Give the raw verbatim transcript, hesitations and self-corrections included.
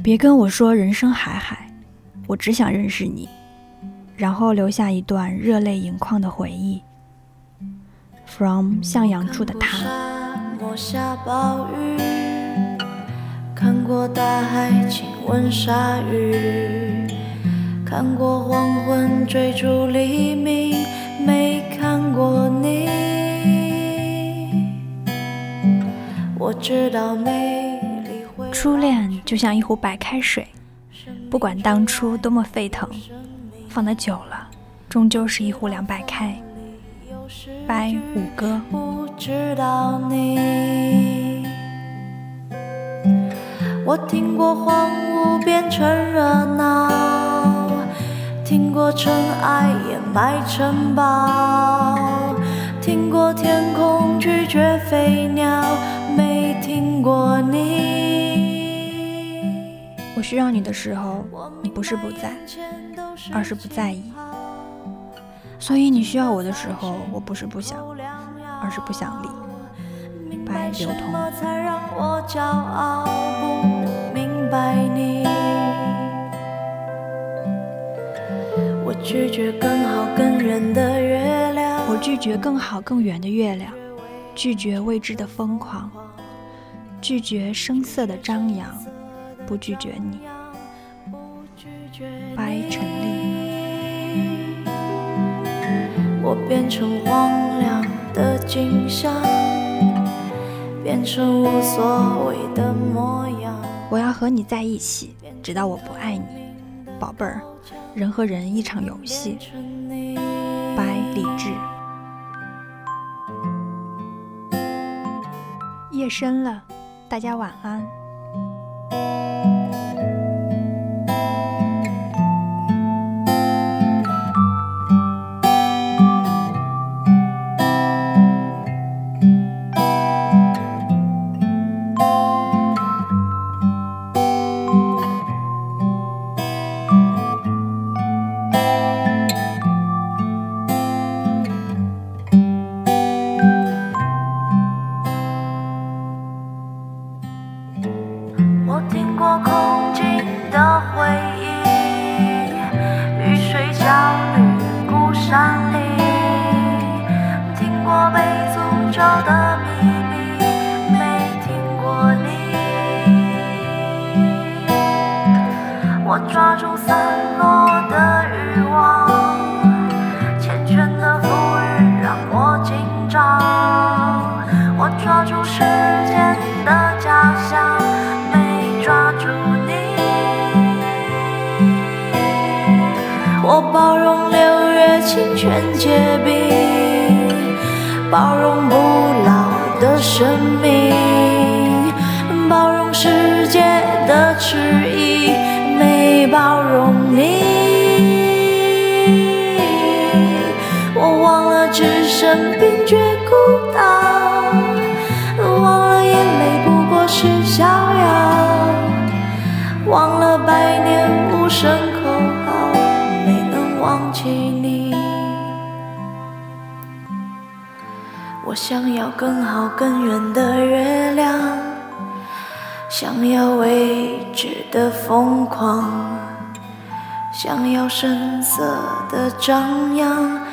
别跟我说人生海海，我只想认识你，然后留下一段热泪盈眶的回忆。From 向阳处的他。 下暴雨，看过大海亲吻鲨鱼，看过黄昏追逐黎明，没看过你。我知道美丽会初恋就像一壶白开水，不管当初多么沸腾，放得久了终究是一壶凉白开。白五哥。 不知道你，我听过荒芜变成热闹，听过尘埃掩埋城堡，听过天空拒绝飞鸟，没听过你。 我需要你的时候，你不是不在，而是不在意。所以你需要我的时候，我不是不想，而是不想理。白流通。 才让我骄傲，不明白你。我拒绝更好更远的月亮， 我拒绝更好更远的月亮，拒绝未知的疯狂，拒绝声色的张扬，不拒绝你。白陈丽。 我变成荒凉的景象，变成无所谓的模样。 我要和你在一起，直到我不爱你，宝贝儿。人和人一场游戏。白理智。夜深了，大家晚安。 我抓住散落的欲望，缱绻的浮云让我紧张。我抓住时间的假象，没抓住你。我包容六月清泉结冰，包容不老的生命，包容世界的迟疑，没包容你。我忘了置身冰绝孤岛，忘了眼泪不过是逍遥，忘了百年无声口号，没能忘记你。我想要更好更远的月亮，想要未知的疯狂，想要声色的张扬，